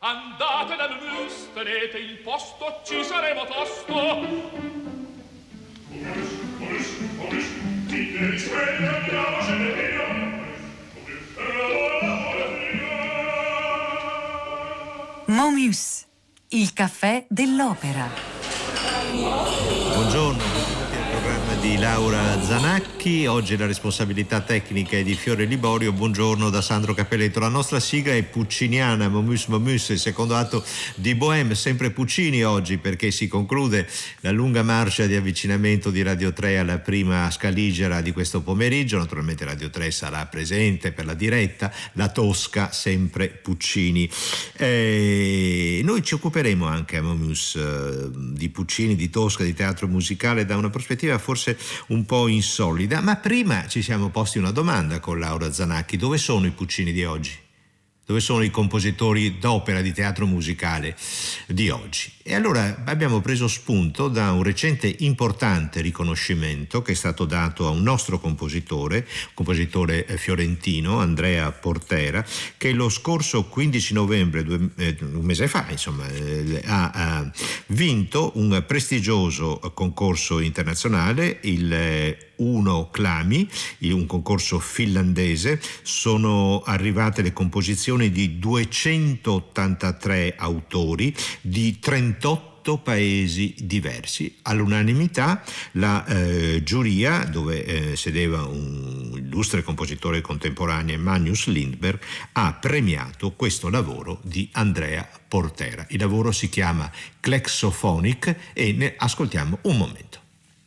Andate dal mus, tenete il posto, ci saremo tosto. Momus, il caffè dell'opera. Buongiorno, benvenuti al programma di Laura Zanacchi. Oggi la responsabilità tecnica è di Fiore Liborio. Buongiorno da Sandro Cappelletto. La nostra sigla è pucciniana, Momus Momus, il secondo atto di Bohème, sempre Puccini oggi, perché si conclude la lunga marcia di avvicinamento di Radio 3 alla prima scaligera di questo pomeriggio. Naturalmente Radio 3 sarà presente per la diretta, la Tosca sempre Puccini. Noi ci occuperemo anche a Momus di Puccini, di Tosca, di teatro musicale da una prospettiva forse un po' insolita, ma prima ci siamo posti una domanda con Laura Zanacchi: dove sono i Puccini di oggi? Dove sono i compositori d'opera di teatro musicale di oggi? E allora abbiamo preso spunto da un recente importante riconoscimento che è stato dato a un nostro compositore fiorentino, Andrea Portera, che lo scorso 15 novembre, un mese fa, insomma, ha vinto un prestigioso concorso internazionale, il Uno Clami, un concorso finlandese. Sono arrivate le composizioni di 283 autori di 38 paesi diversi. All'unanimità la giuria, dove sedeva un illustre compositore contemporaneo, Magnus Lindberg, ha premiato questo lavoro di Andrea Portera. Il lavoro si chiama Klexophonic e ne ascoltiamo un momento.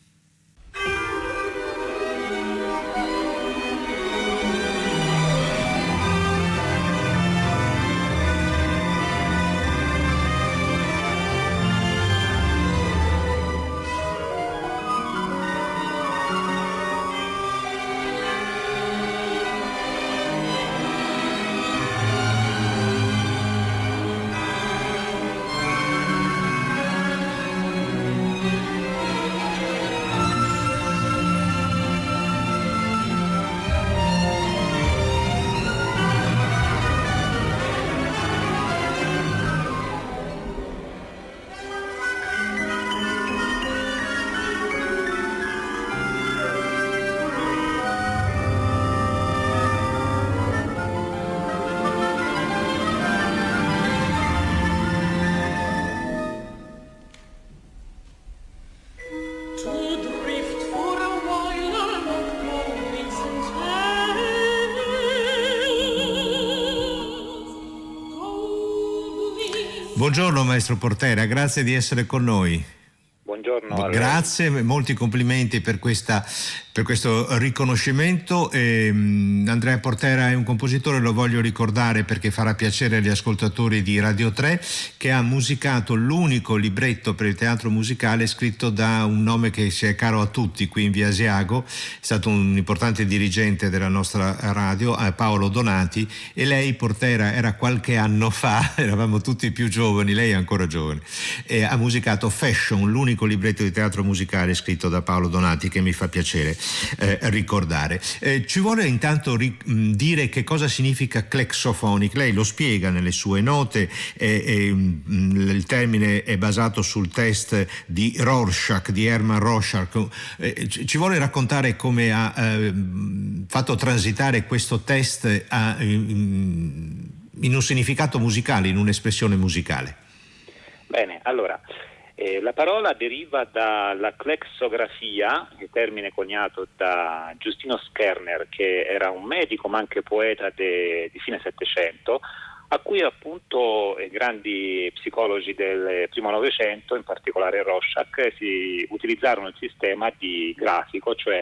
Buongiorno maestro Portera, grazie di essere con noi. Buongiorno. Grazie, molti complimenti per questo riconoscimento. Andrea Portera è un compositore, lo voglio ricordare perché farà piacere agli ascoltatori di Radio 3, che ha musicato l'unico libretto per il teatro musicale scritto da un nome che ci è caro a tutti qui in Via Asiago. È stato un importante dirigente della nostra radio, Paolo Donati, e lei, Portera, era qualche anno fa, eravamo tutti più giovani, lei è ancora giovane, e ha musicato Fashion, l'unico libretto di teatro musicale scritto da Paolo Donati, che mi fa piacere ricordare. Ci vuole intanto dire che cosa significa Klexophonic? Lei lo spiega nelle sue note, il termine è basato sul test di Rorschach, di Hermann Rorschach. Ci vuole raccontare come ha fatto transitare questo test in un significato musicale, in un'espressione musicale? Bene, allora, la parola deriva dalla klexografia, il termine coniato da Giustino Scherner, che era un medico ma anche poeta di fine Settecento, a cui appunto grandi psicologi del primo Novecento, in particolare Rorschach, si utilizzarono il sistema di grafico, cioè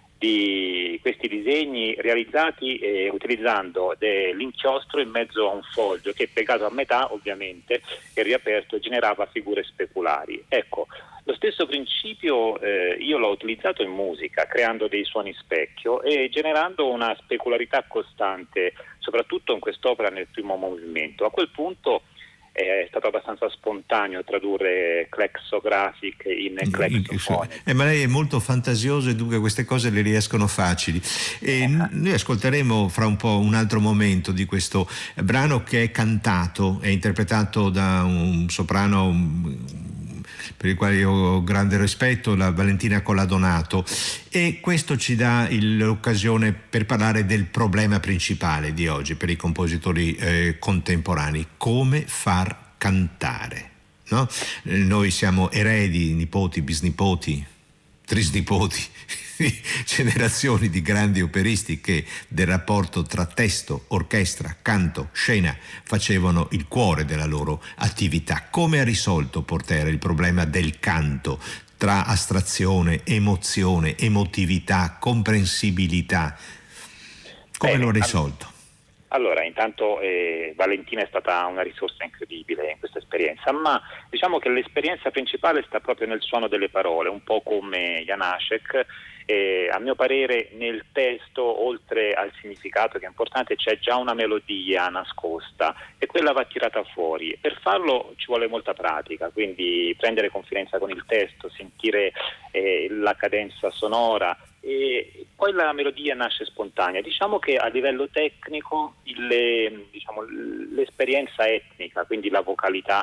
di questi disegni realizzati utilizzando dell'inchiostro in mezzo a un foglio che, piegato a metà ovviamente e riaperto, generava figure speculari. Ecco, lo stesso principio io l'ho utilizzato in musica, creando dei suoni specchio e generando una specularità costante, soprattutto in quest'opera nel primo movimento. A quel punto è stato abbastanza spontaneo tradurre Klexographic in Klexophonic. Ma lei è molto fantasioso e dunque queste cose le riescono facili. E noi ascolteremo fra un po' un altro momento di questo brano che è cantato, è interpretato da un soprano per il quale io ho grande rispetto, la Valentina Colladonato, e questo ci dà l'occasione per parlare del problema principale di oggi per i compositori contemporanei: come far cantare, no? Noi siamo eredi, nipoti, bisnipoti, trisnipoti di generazioni di grandi operisti che del rapporto tra testo, orchestra, canto, scena facevano il cuore della loro attività. Come ha risolto Portera il problema del canto tra astrazione, emozione, emotività, comprensibilità? Come lo ha risolto? Allora, intanto Valentina è stata una risorsa incredibile in questa esperienza, ma diciamo che l'esperienza principale sta proprio nel suono delle parole, un po' come Janáček. A mio parere nel testo, oltre al significato che è importante, c'è già una melodia nascosta e quella va tirata fuori. Per farlo ci vuole molta pratica, quindi prendere confidenza con il testo, sentire la cadenza sonora, e poi la melodia nasce spontanea. Diciamo che a livello tecnico l'esperienza etnica, quindi la vocalità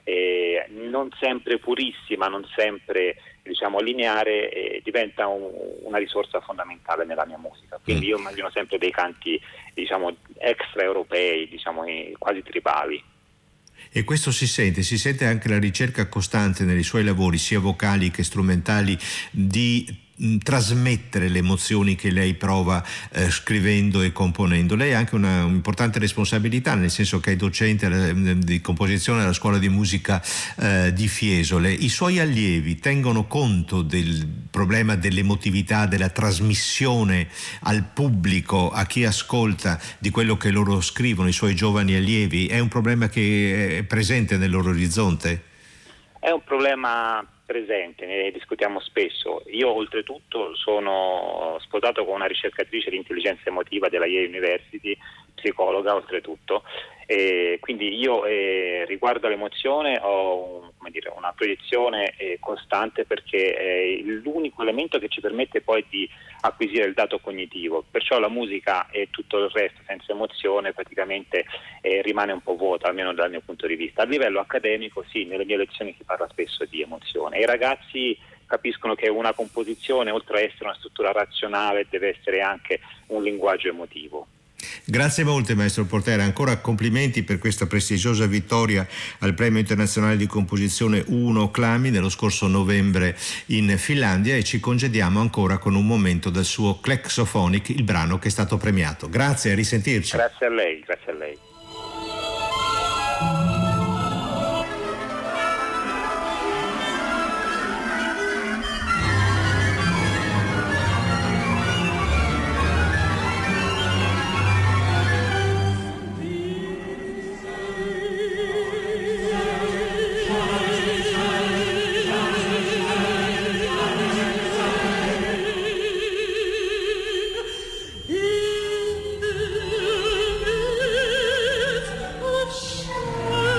non sempre purissima, non sempre lineare, diventa una risorsa fondamentale nella mia musica. Quindi io immagino sempre dei canti extraeuropei, quasi tribali. E questo si sente anche la ricerca costante nei suoi lavori, sia vocali che strumentali, di trasmettere le emozioni che lei prova scrivendo e componendo. Lei ha anche un'importante responsabilità, nel senso che è docente di composizione alla scuola di musica di Fiesole. I suoi allievi tengono conto del problema dell'emotività, della trasmissione al pubblico, a chi ascolta, di quello che loro scrivono, i suoi giovani allievi? È un problema che è presente nel loro orizzonte? È un problema presente, ne discutiamo spesso. Io oltretutto sono sposato con una ricercatrice di intelligenza emotiva della Yale University, psicologa oltretutto, e quindi io riguardo all'emozione ho una proiezione costante, perché è l'unico elemento che ci permette poi di acquisire il dato cognitivo. Perciò la musica e tutto il resto senza emozione praticamente rimane un po' vuota, almeno dal mio punto di vista. A livello accademico sì, nelle mie lezioni si parla spesso di emozione. I ragazzi capiscono che una composizione, oltre a essere una struttura razionale, deve essere anche un linguaggio emotivo. Grazie molte maestro Portera, ancora complimenti per questa prestigiosa vittoria al Premio Internazionale di Composizione 1 Clami nello scorso novembre in Finlandia, e ci congediamo ancora con un momento dal suo Klexophonic, il brano che è stato premiato. Grazie, a risentirci. Grazie a lei, grazie a lei. In the midst of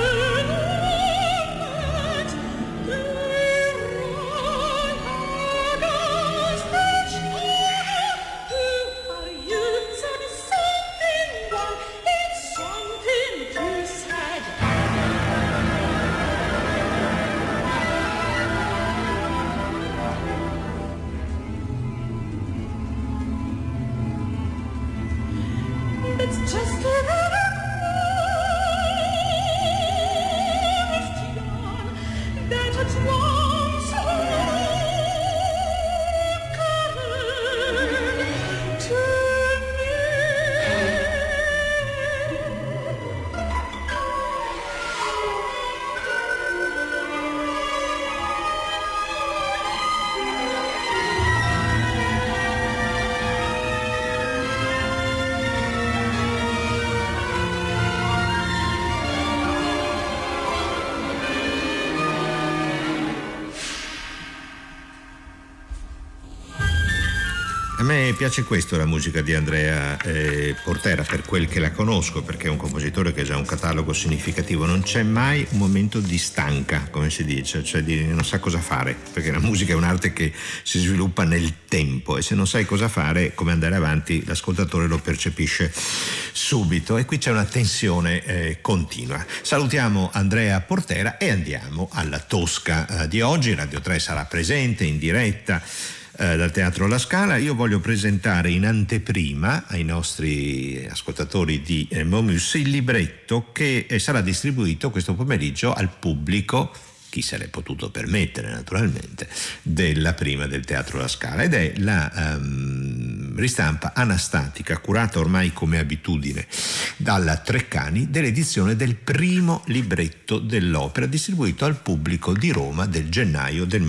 me piace questo, la musica di Andrea Portera, per quel che la conosco, perché è un compositore che ha già un catalogo significativo. Non c'è mai un momento di stanca, come si dice, cioè di non sa cosa fare, perché la musica è un'arte che si sviluppa nel tempo e se non sai cosa fare, come andare avanti, l'ascoltatore lo percepisce subito e qui c'è una tensione continua. Salutiamo Andrea Portera e andiamo alla Tosca di oggi. Radio 3 sarà presente in diretta dal Teatro La Scala. Io voglio presentare in anteprima ai nostri ascoltatori di Momus il libretto che sarà distribuito questo pomeriggio al pubblico, chi se l'è potuto permettere naturalmente, della prima del Teatro La Scala, ed è la ristampa anastatica, curata ormai come abitudine dalla Treccani, dell'edizione del primo libretto dell'opera distribuito al pubblico di Roma del gennaio del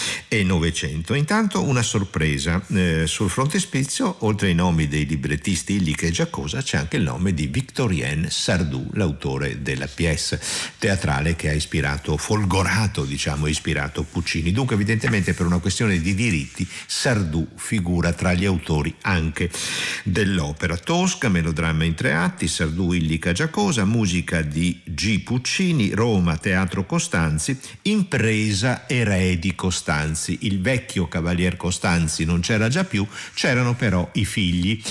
1900. Intanto una sorpresa, sul frontespizio oltre ai nomi dei librettisti Illica e Giacosa c'è anche il nome di Victorien Sardou, l'autore della pièce teatrale che ha ispirato ispirato Puccini. Dunque evidentemente per una questione di diritti Sardou figura tra gli autori anche dell'opera. Tosca, melodramma in 3 atti, Sardou, Illica, Giacosa, musica di G. Puccini, Roma, Teatro Costanzi, impresa eredi Costanzi. Il vecchio cavalier Costanzi non c'era già più, c'erano però i figli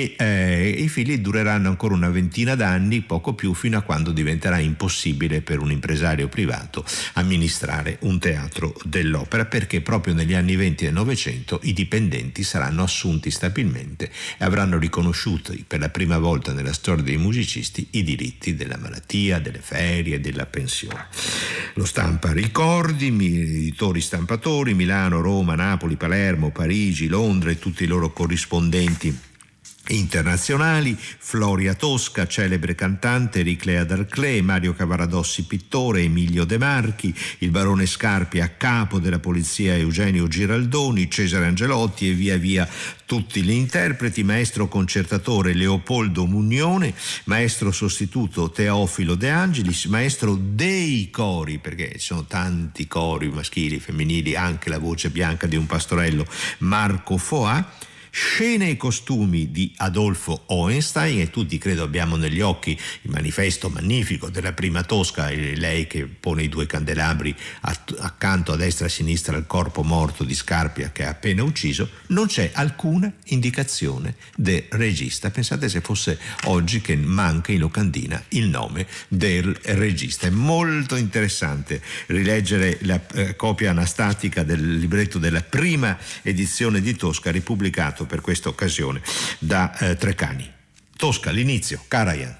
e i figli dureranno ancora una ventina d'anni, poco più, fino a quando diventerà impossibile per un impresario privato amministrare un teatro dell'opera, perché proprio negli anni 20 del Novecento i dipendenti saranno assunti stabilmente e avranno riconosciuto per la prima volta nella storia dei musicisti i diritti della malattia, delle ferie, della pensione. Lo Stampa Ricordi, editori stampatori, Milano, Roma, Napoli, Palermo, Parigi, Londra e tutti i loro corrispondenti internazionali, Floria Tosca, celebre cantante, Riclea d'Arclé, Mario Cavaradossi, pittore, Emilio De Marchi, il barone Scarpi a capo della polizia Eugenio Giraldoni, Cesare Angelotti e via via tutti gli interpreti, maestro concertatore Leopoldo Mugnone, maestro sostituto Teofilo De Angelis, maestro dei cori, perché ci sono tanti cori maschili, femminili, anche la voce bianca di un pastorello, Marco Foà, scene e costumi di Adolfo Hohenstein, e tutti credo abbiamo negli occhi il manifesto magnifico della prima Tosca, lei che pone i 2 candelabri accanto a destra e a sinistra al corpo morto di Scarpia che ha appena ucciso. Non c'è alcuna indicazione del regista. Pensate se fosse oggi che manca in locandina il nome del regista. È molto interessante rileggere la copia anastatica del libretto della prima edizione di Tosca, ripubblicato per questa occasione da Treccani. Tosca, l'inizio, Karajan.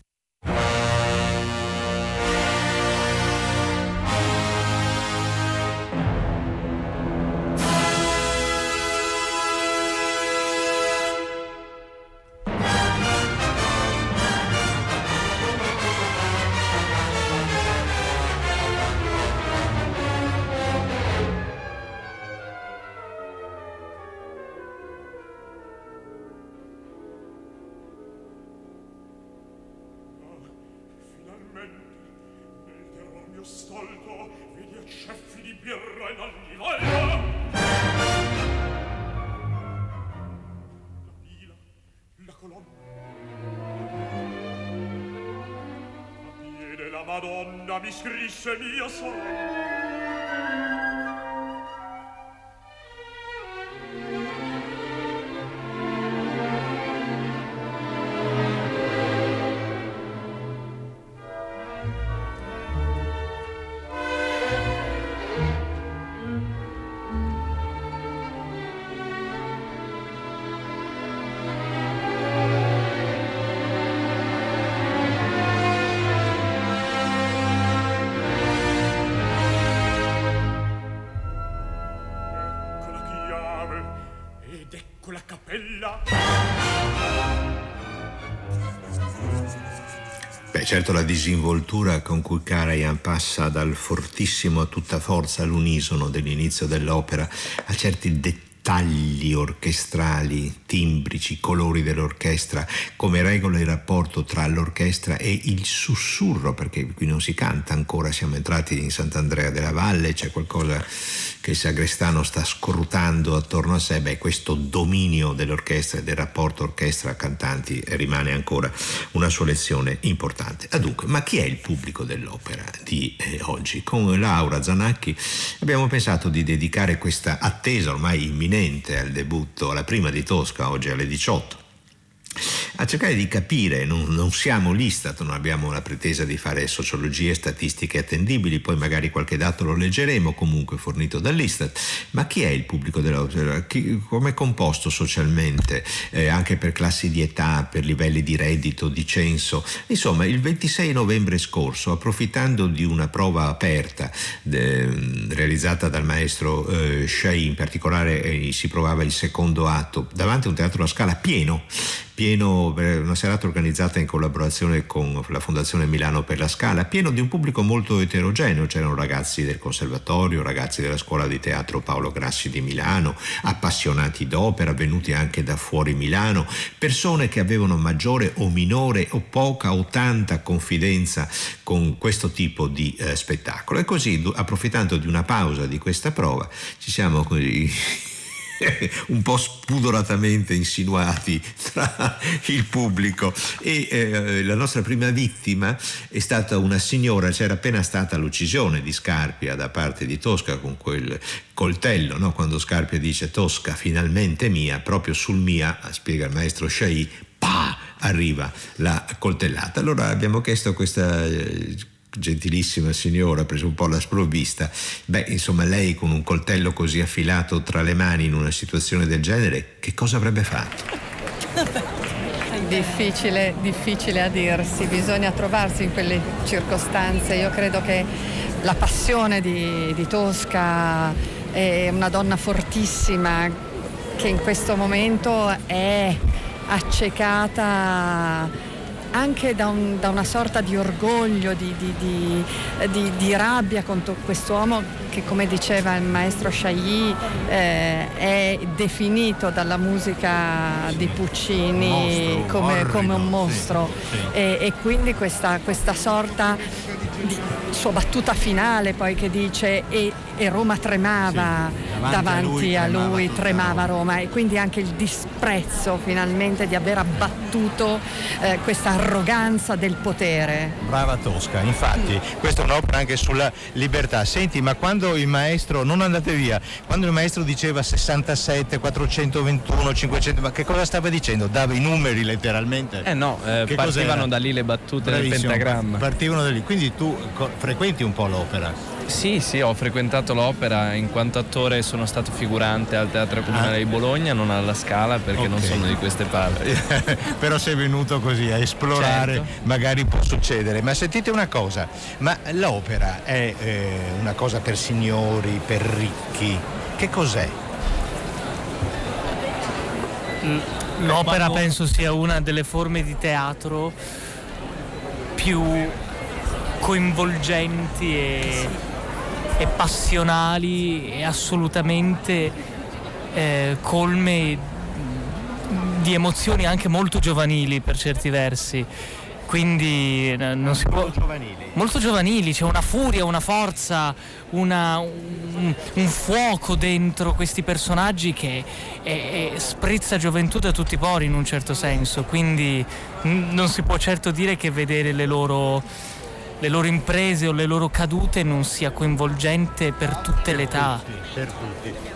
Madonna mi scrisse mia sorella. Certo, la disinvoltura con cui Karajan passa dal fortissimo a tutta forza all'unisono dell'inizio dell'opera a certi dettagli orchestrali timbrici, i colori dell'orchestra, come regola il rapporto tra l'orchestra e il sussurro, perché qui non si canta ancora, siamo entrati in Sant'Andrea della Valle, c'è qualcosa che il sagrestano sta scrutando attorno a sé. Questo dominio dell'orchestra e del rapporto orchestra-cantanti rimane ancora una sua lezione importante. Dunque, ma chi è il pubblico dell'opera di oggi? Con Laura Zanacchi abbiamo pensato di dedicare questa attesa ormai imminente al debutto, alla prima di Tosca, oggi alle 18, a cercare di capire. Non siamo l'Istat, non abbiamo la pretesa di fare sociologie statistiche attendibili, poi magari qualche dato lo leggeremo, comunque fornito dall'Istat, ma chi è il pubblico dell'opera? Come è composto socialmente, anche per classi di età, per livelli di reddito, di censo? Insomma, il 26 novembre scorso, approfittando di una prova aperta realizzata dal maestro Chailly, in particolare si provava il secondo atto davanti a un teatro alla Scala pieno, una serata organizzata in collaborazione con la Fondazione Milano per la Scala, pieno di un pubblico molto eterogeneo. C'erano ragazzi del conservatorio, ragazzi della scuola di teatro Paolo Grassi di Milano, appassionati d'opera venuti anche da fuori Milano, persone che avevano maggiore o minore o poca o tanta confidenza con questo tipo di spettacolo. E così, approfittando di una pausa di questa prova, ci siamo così un po' spudoratamente insinuati tra il pubblico e la nostra prima vittima è stata una signora. C'era appena stata l'uccisione di Scarpia da parte di Tosca con quel coltello, no? Quando Scarpia dice Tosca finalmente mia, proprio sul mia, spiega il maestro Chailly, arriva la coltellata. Allora abbiamo chiesto a questa gentilissima signora, presa un po' alla sprovvista, insomma, lei con un coltello così affilato tra le mani in una situazione del genere, che cosa avrebbe fatto? Difficile a dirsi, bisogna trovarsi in quelle circostanze. Io credo che la passione di Tosca è una donna fortissima che in questo momento è accecata anche da una sorta di orgoglio, di rabbia contro quest'uomo che, come diceva il maestro Chailly, è definito dalla musica di Puccini come un mostro. Sì. E quindi questa sorta di sua battuta finale poi che dice e Roma tremava, sì, davanti a lui tremava Roma, e quindi anche il disprezzo finalmente di aver abbattuto questa arroganza del potere. Brava Tosca, infatti questa è un'opera anche sulla libertà. Senti, ma quando il maestro, non andate via, quando il maestro diceva 67, 421, 500, ma che cosa stava dicendo? Dava i numeri letteralmente? Partivano da lì le battute del pentagramma. Partivano da lì, quindi tu frequenti un po' l'opera? Sì, ho frequentato l'opera, in quanto attore sono stato figurante al Teatro Comunale di Bologna, non alla Scala, perché non sono di queste parti. Però sei venuto così a esplorare, certo. Magari può succedere. Ma sentite una cosa, ma l'opera è una cosa per signori, per ricchi? Che cos'è? L'opera penso sia una delle forme di teatro più coinvolgenti e passionali e assolutamente colme di emozioni anche molto giovanili per certi versi. Quindi non si può. Molto giovanili, c'è una furia, una forza, un fuoco dentro questi personaggi che sprizza gioventù da tutti i pori in un certo senso. Quindi non si può certo dire che vedere le loro imprese o le loro cadute non sia coinvolgente per tutte le età. Per tutti.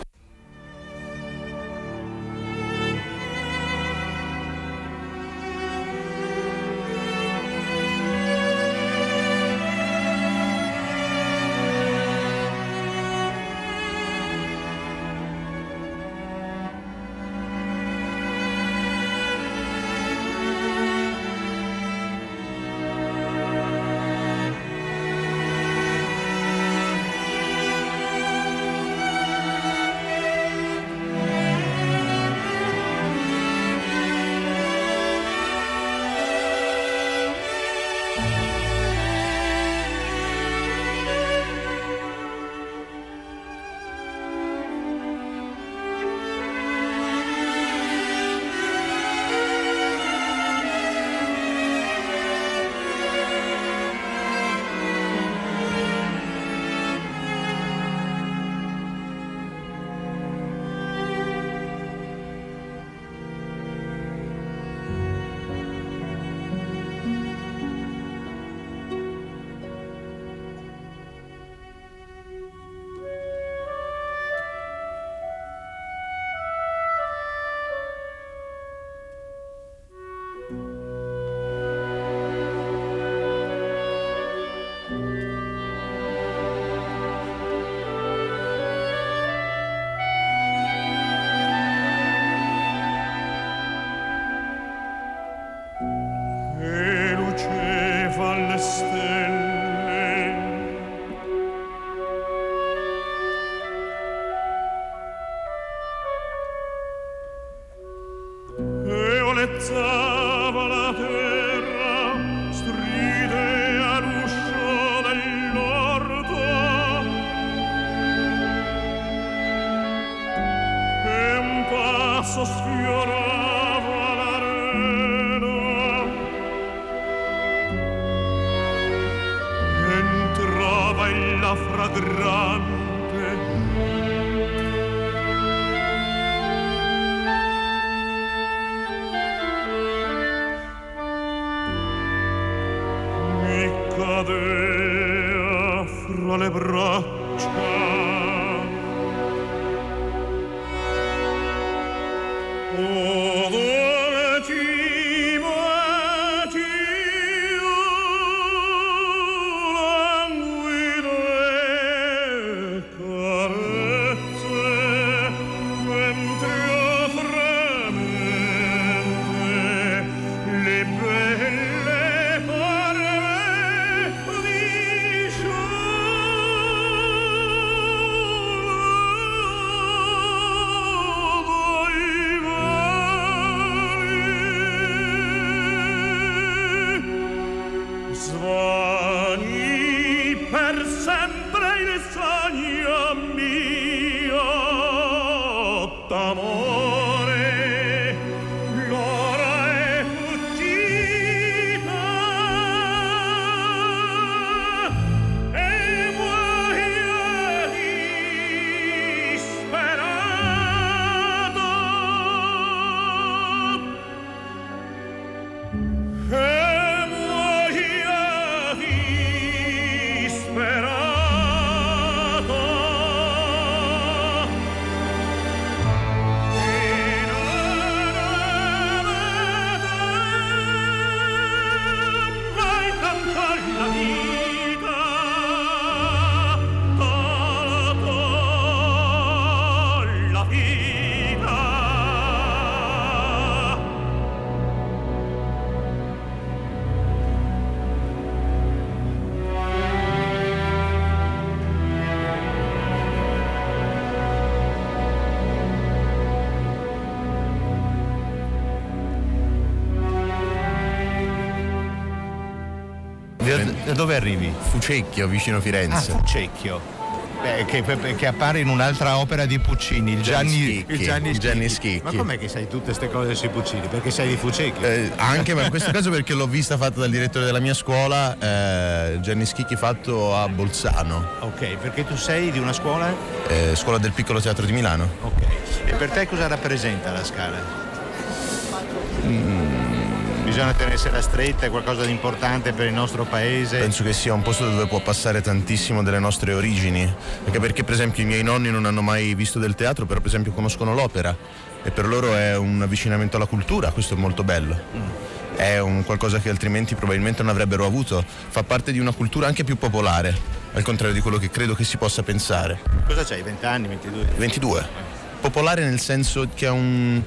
idea fragrante. Mi cadea fra le braccia. Da dove arrivi? Fucecchio, vicino Firenze. Fucecchio. Che appare in un'altra opera di Puccini, il Gianni Schicchi. Ma com'è che sai tutte queste cose sui Puccini? Perché sei di Fucecchio? Anche, ma in questo caso perché l'ho vista fatta dal direttore della mia scuola, Gianni Schicchi, fatto a Bolzano. Ok, perché tu sei di una scuola? Scuola del Piccolo Teatro di Milano. Ok. E per te cosa rappresenta la Scala? Bisogna tenersela stretta, è qualcosa di importante per il nostro paese? Penso che sia un posto dove può passare tantissimo delle nostre origini, perché per esempio i miei nonni non hanno mai visto del teatro, però per esempio conoscono l'opera e per loro è un avvicinamento alla cultura, questo è molto bello. È un qualcosa che altrimenti probabilmente non avrebbero avuto, fa parte di una cultura anche più popolare, al contrario di quello che credo che si possa pensare. Cosa c'hai, 20 anni, 22? 22. Popolare nel senso che è un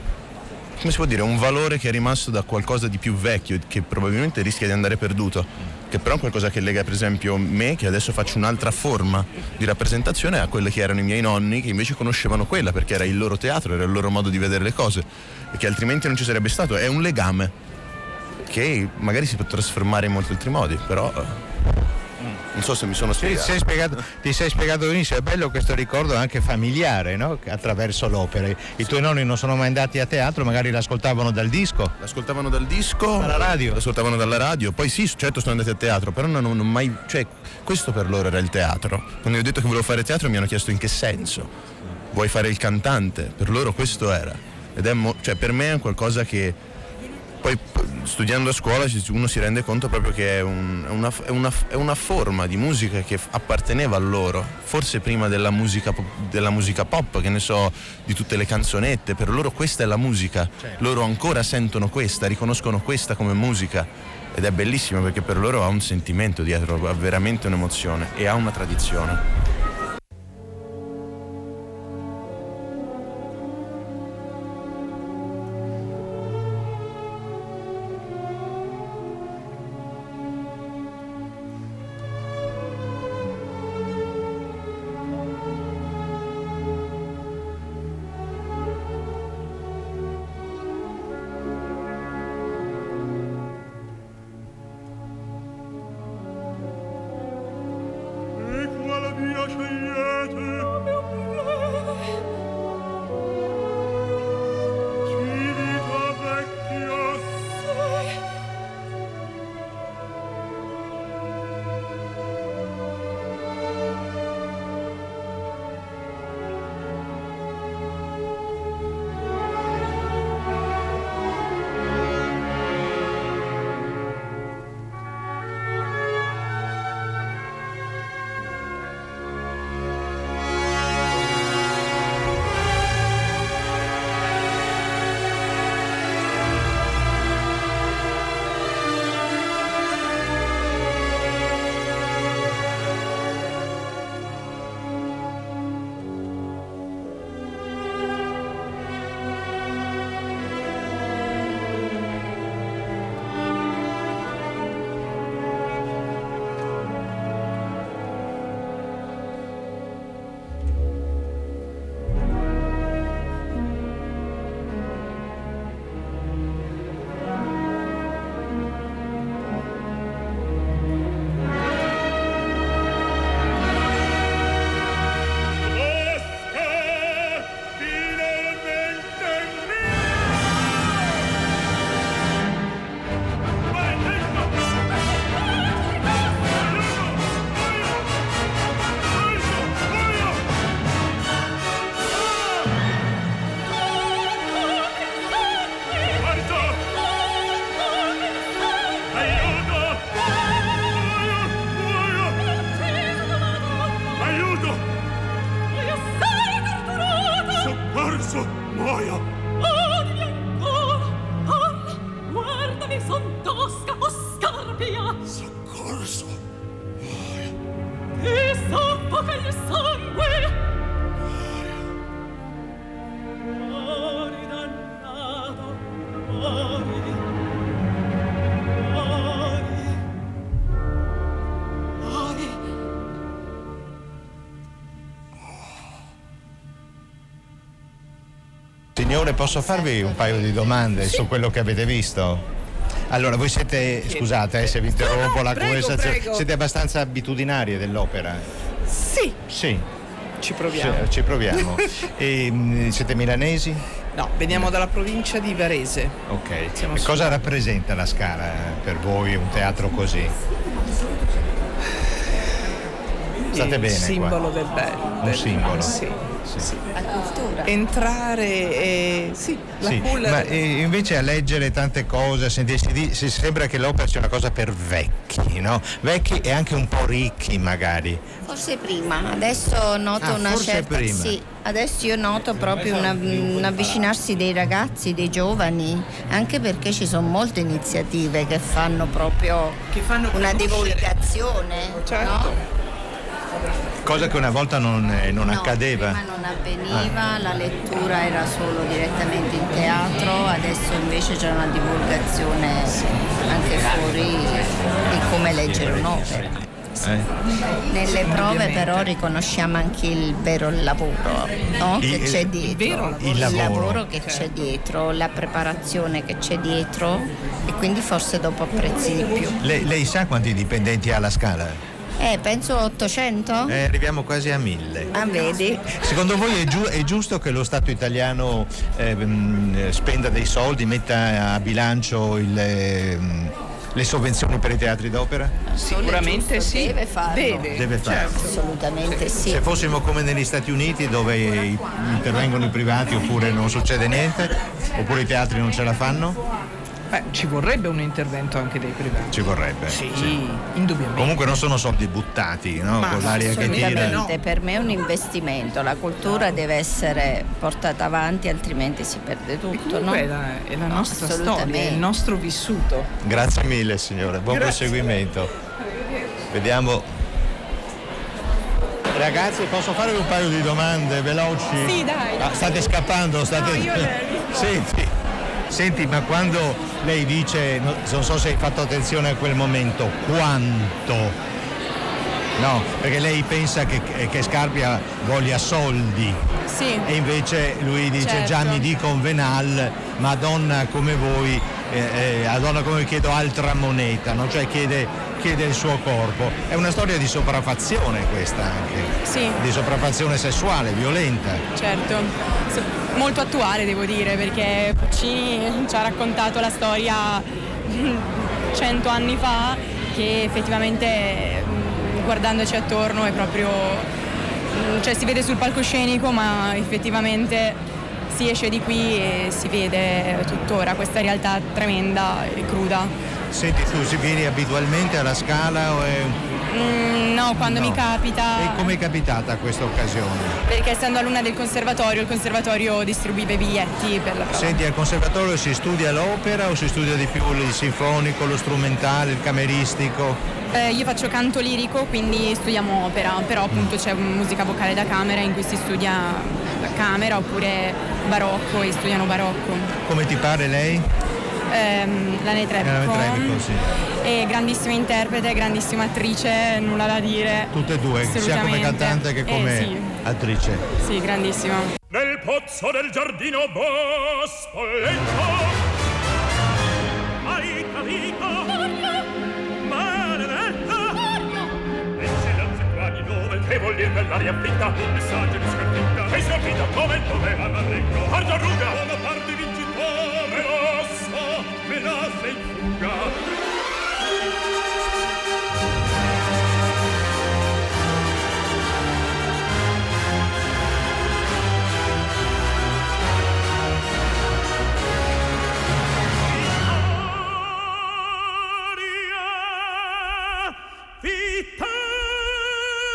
valore che è rimasto da qualcosa di più vecchio, che probabilmente rischia di andare perduto, che però è qualcosa che lega per esempio me, che adesso faccio un'altra forma di rappresentazione, a quelle che erano i miei nonni, che invece conoscevano quella perché era il loro teatro, era il loro modo di vedere le cose e che altrimenti non ci sarebbe stato. È un legame che magari si può trasformare in molti altri modi, però non so se mi sono spiegato. Ti sei spiegato benissimo, è bello questo ricordo anche familiare, no? Attraverso l'opera. I tuoi nonni non sono mai andati a teatro, magari l'ascoltavano dal disco. L'ascoltavano dal disco, dalla radio. L'ascoltavano dalla radio, poi sì, certo sono andati a teatro, però non mai, cioè questo per loro era il teatro. Quando io ho detto che volevo fare teatro mi hanno chiesto in che senso. Vuoi fare il cantante? Per loro questo era. Ed è cioè per me è qualcosa che poi studiando a scuola uno si rende conto proprio che è una forma di musica che apparteneva a loro, forse prima della musica pop, che ne so, di tutte le canzonette. Per loro questa è la musica, certo. Loro ancora sentono questa, riconoscono questa come musica ed è bellissimo perché per loro ha un sentimento dietro, ha veramente un'emozione e ha una tradizione. Via gioia! Odi ancora! Parla! Guardami, son tosca o scarpia! Soccorso! Ti soffoca il sangue! Muori, dannato! Muori! Signore, posso farvi un paio di domande su quello che avete visto? Allora, voi siete, scusate se vi interrompo la conversazione, siete abbastanza abitudinarie dell'opera? Sì. Sì. Ci proviamo. Ci proviamo. E, siete milanesi? No, veniamo dalla provincia di Varese. Ok. E cosa rappresenta la Scala per voi, un teatro così? State bene? Il simbolo del bello. Un simbolo? Sì. La cultura. Entrare la culla. Ma invece a leggere tante cose, si sembra che l'opera sia una cosa per vecchi, no? Vecchi e anche un po' ricchi magari. Forse prima, adesso noto una certa. Prima. Sì, adesso io noto proprio un avvicinarsi dei ragazzi, dei giovani, anche perché ci sono molte iniziative che fanno proprio una divulgazione. Certo. No? Cosa che una volta non accadeva. Prima non avveniva, la lettura era solo direttamente in teatro, adesso invece c'è una divulgazione anche fuori di come leggere un'opera. Nelle prove però riconosciamo anche il vero lavoro, no? Che c'è dietro, il lavoro che c'è dietro, la preparazione che c'è dietro, e quindi forse dopo apprezzi di più. Lei sa quanti dipendenti ha la Scala? Penso 800? Arriviamo quasi a 1000. Ah, vedi? Secondo voi è giusto che lo Stato italiano spenda dei soldi, metta a bilancio le sovvenzioni per i teatri d'opera? Sicuramente sì. Deve farlo. Deve farlo. Certo. Assolutamente sì. Se fossimo come negli Stati Uniti, dove intervengono i privati oppure non succede niente, oppure i teatri non ce la fanno? Ci vorrebbe un intervento anche dei privati. Ci vorrebbe. Sì, indubbiamente. Comunque non sono soldi buttati, no? Ma con l'aria che tira. assolutamente, per me è un investimento. La cultura deve essere portata avanti, altrimenti si perde tutto, no? È la nostra storia, è il nostro vissuto. Grazie mille signore, buon proseguimento. Vediamo. Ragazzi, posso fare un paio di domande veloci? Sì, dai. State scappando? No, io Senti, ma quando lei dice, non so se hai fatto attenzione a quel momento, quanto? No, perché lei pensa che Scarpia voglia soldi. Sì. E invece lui dice, certo. Già mi dico un venal, ma donna come voi, a donna come voi chiedo altra moneta, no? Cioè chiede il suo corpo. È una storia di sopraffazione questa anche. Sì. Di sopraffazione sessuale, violenta. Certo. Molto attuale devo dire, perché Puccini ci ha raccontato la storia 100 anni fa, che effettivamente guardandoci attorno è proprio, cioè si vede sul palcoscenico, ma effettivamente si esce di qui e si vede tuttora questa realtà tremenda e cruda. Senti, tu si vieni abitualmente alla Scala o è... No, quando mi capita. E come è capitata questa occasione? Perché essendo alunna del conservatorio, il conservatorio distribuiva i biglietti per la prova. Senti, al conservatorio si studia l'opera o si studia di più il sinfonico, lo strumentale, il cameristico? Io faccio canto lirico, quindi studiamo opera, però appunto c'è musica vocale da camera in cui si studia la camera, oppure barocco e studiano barocco. Come ti pare lei? Lana Trevico, sì. E grandissima interprete, grandissima attrice, nulla da dire. Tutte e due, sia come cantante che come sì. attrice. Sì, grandissima. Nel pozzo del giardino Bospolletto, hai capito? Maledetta! E silenzio qua di dove, che vuol dire quell'aria fitta? Un messaggio di sconfitta, che si affida come doveva l'arreggo. Arda ruga, una parte vincitore, ossa, me lascia in fuga.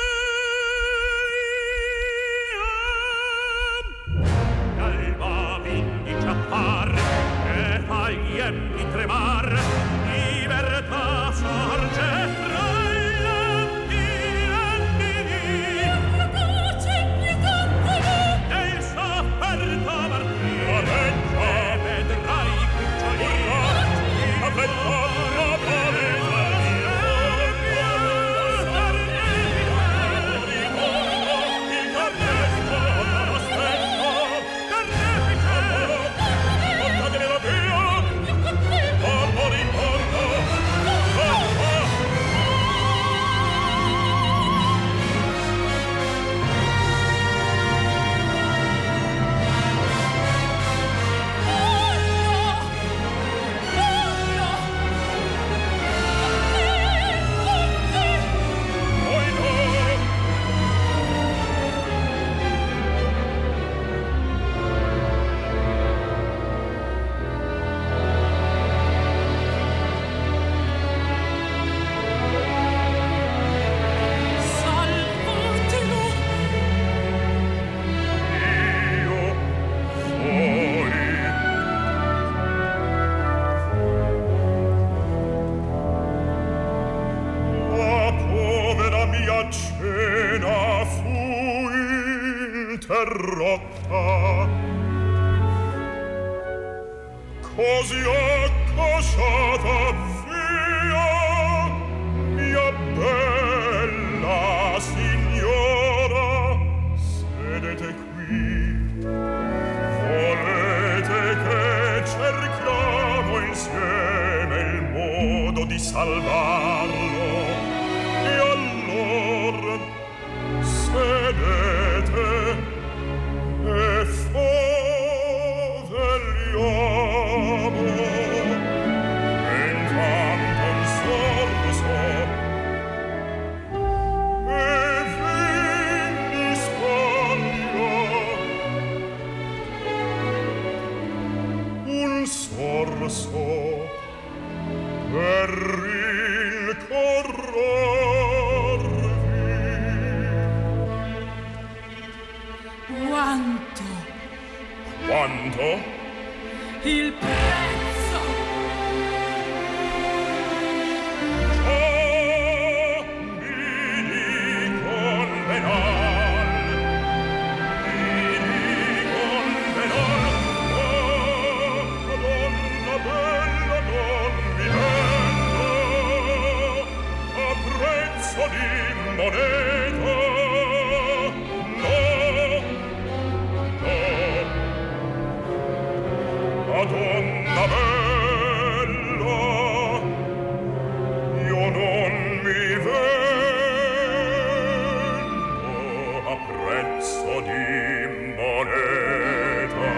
Calma pena fu interrotta, così accasciata via, mia bella signora, sedete qui, volete che cerchiamo insieme il modo di salvarlo, e allora sedete e fovegliamo, e intanto un sorso e vini scaglia, un sorso per rincorrervi. Quanto? Il prezzo! Ciò mi convenal, Madonna bella non mi venda a prezzo di moneta. Madonna bella, io non mi vendo a prezzo di moneta.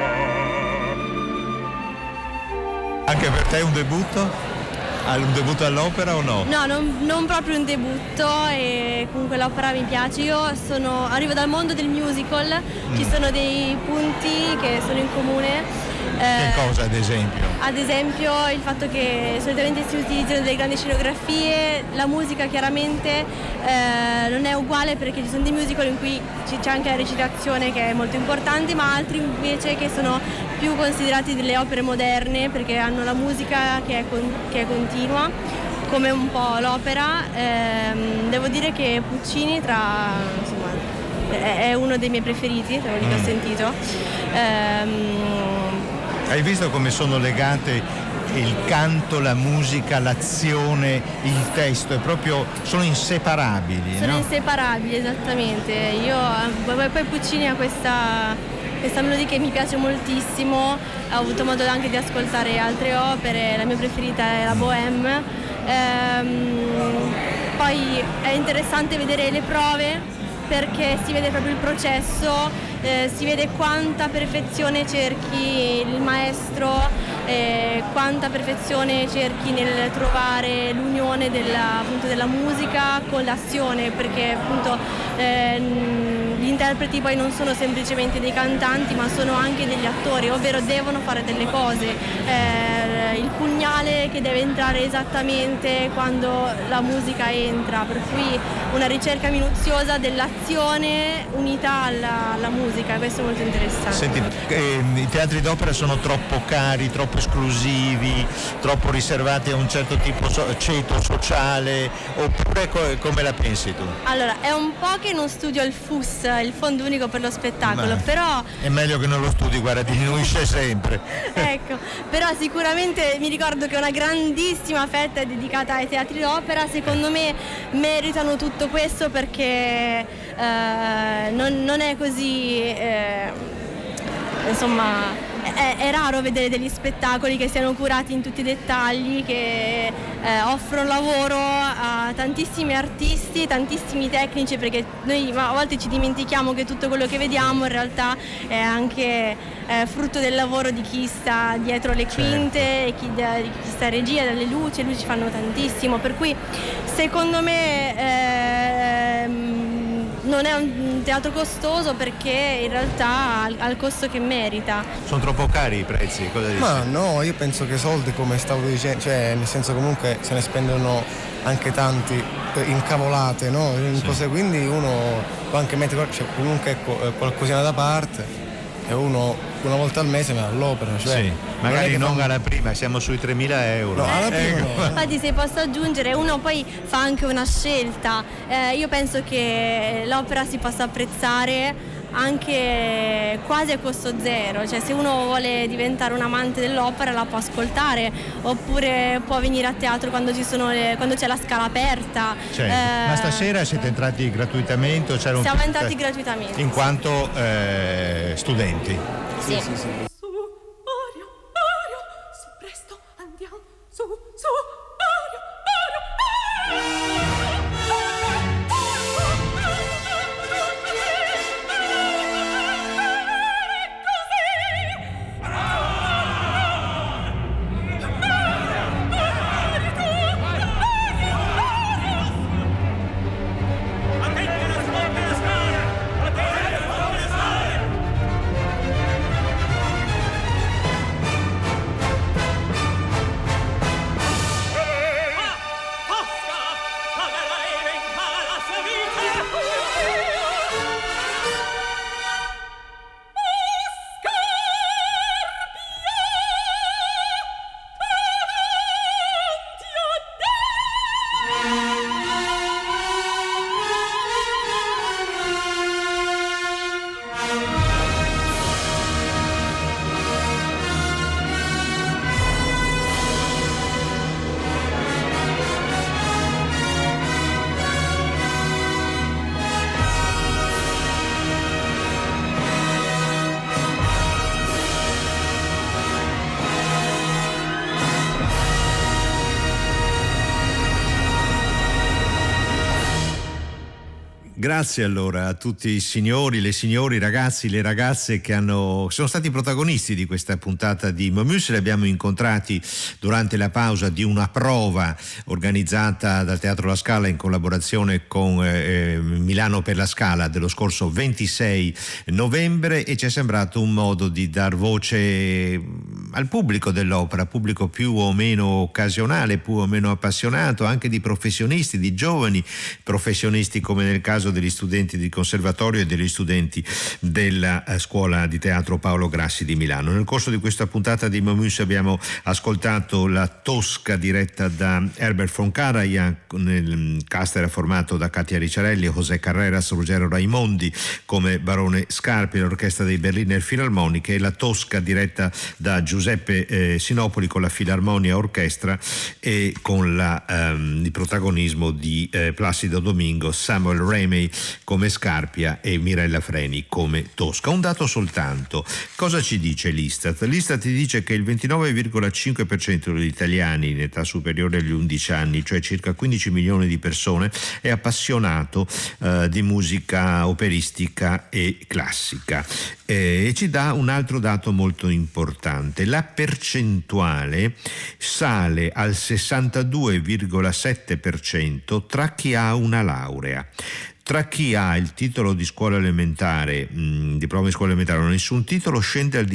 Anche per te è un debutto? Un debutto all'opera o no? No, non proprio un debutto, e comunque l'opera mi piace. Io arrivo dal mondo del musical, ci sono dei punti che sono in comune. Che cosa ad esempio? Ad esempio il fatto che solitamente si utilizzano delle grandi scenografie, la musica chiaramente non è uguale, perché ci sono dei musical in cui c'è anche la recitazione che è molto importante, ma altri invece che sono più considerati delle opere moderne perché hanno la musica che è continua, come un po' l'opera. Devo dire che Puccini è uno dei miei preferiti, devo dire che ho sentito. Hai visto come sono legate il canto, la musica, l'azione, il testo? Sono inseparabili. Sono no? inseparabili, esattamente. Poi Puccini ha questa melodia che mi piace moltissimo. Ho avuto modo anche di ascoltare altre opere, la mia preferita è la Bohème. Poi è interessante vedere le prove, perché si vede proprio il processo, si vede quanta perfezione cerchi il maestro, quanta perfezione cerchi nel trovare l'unione della musica con l'azione, perché appunto gli interpreti poi non sono semplicemente dei cantanti, ma sono anche degli attori, ovvero devono fare delle cose. Il pugnale che deve entrare esattamente quando la musica entra, per cui una ricerca minuziosa dell'azione unita alla musica, questo è molto interessante. Senti, i teatri d'opera sono troppo cari, troppo esclusivi, troppo riservati a un certo tipo ceto sociale, oppure come la pensi tu? Allora, è un po' che non studio il FUS, il Fondo Unico per lo Spettacolo, però... È meglio che non lo studi, guarda, diminuisce sempre. Ecco, però sicuramente mi ricordo che una grandissima fetta è dedicata ai teatri d'opera. Secondo me meritano tutto questo, perché non è così, insomma, è raro vedere degli spettacoli che siano curati in tutti i dettagli, che offrono lavoro a tantissimi artisti, tantissimi tecnici, perché noi a volte ci dimentichiamo che tutto quello che vediamo in realtà è anche frutto del lavoro di chi sta dietro le quinte, e chi sta in regia, dalle luci. Le luci fanno tantissimo, per cui secondo me non è un teatro costoso, perché in realtà ha il costo che merita. Sono troppo cari i prezzi, cosa dici? Ma no, io penso che i soldi, come stavo dicendo, cioè nel senso, comunque se ne spendono anche tanti in cavolate, no? In cose, quindi uno può anche mettere, cioè, comunque qualcosina da parte e uno una volta al mese va all'opera, cioè Sì, magari non fa... alla prima, siamo sui 3.000 euro. No, alla prima no. Infatti, se posso aggiungere, uno poi fa anche una scelta. Io penso che l'opera si possa apprezzare anche quasi a costo zero, cioè se uno vuole diventare un amante dell'opera la può ascoltare, oppure può venire a teatro quando c'è la Scala aperta. Certo. Ma stasera siete entrati gratuitamente o c'era un Siamo entrati gratuitamente. in quanto studenti? Sì. Grazie allora a tutti i signori, le signore, i ragazzi, le ragazze che sono stati protagonisti di questa puntata di Momus. Li abbiamo incontrati durante la pausa di una prova organizzata dal Teatro La Scala in collaborazione con Milano per la Scala dello scorso 26 novembre, e ci è sembrato un modo di dar voce al pubblico dell'opera, pubblico più o meno occasionale, più o meno appassionato, anche di professionisti, di giovani professionisti, come nel caso degli studenti di conservatorio e degli studenti della scuola di teatro Paolo Grassi di Milano. Nel corso di questa puntata di Momus abbiamo ascoltato la Tosca diretta da Herbert von Karajan. Il cast era formato da Katia Ricciarelli, José Carreras, Ruggero Raimondi come Barone Scarpi, l'orchestra dei Berliner Philharmoniche, e la Tosca diretta da Giuseppe Sinopoli con la Filarmonia Orchestra e con il protagonismo di Placido Domingo, Samuel Ramey come Scarpia e Mirella Freni come Tosca. Un dato soltanto. Cosa ci dice l'Istat? L'Istat dice che il 29,5% degli italiani in età superiore agli 11 anni, cioè circa 15 milioni di persone, è appassionato di musica operistica e classica. E ci dà un altro dato molto importante. La percentuale sale al 62,7% tra chi ha una laurea. Tra chi ha il titolo di scuola elementare, diploma di scuola elementare, o nessun titolo, scende al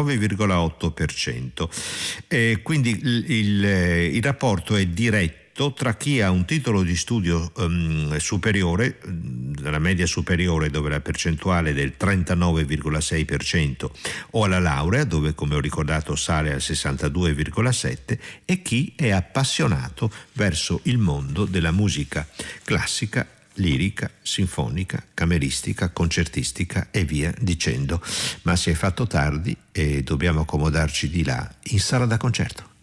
19,8%. Quindi il rapporto è diretto tra chi ha un titolo di studio superiore, della media superiore, dove la percentuale è del 39,6%, o alla laurea, dove, come ho ricordato, sale al 62,7%, e chi è appassionato verso il mondo della musica classica, lirica, sinfonica, cameristica, concertistica e via dicendo. Ma si è fatto tardi e dobbiamo accomodarci di là in sala da concerto.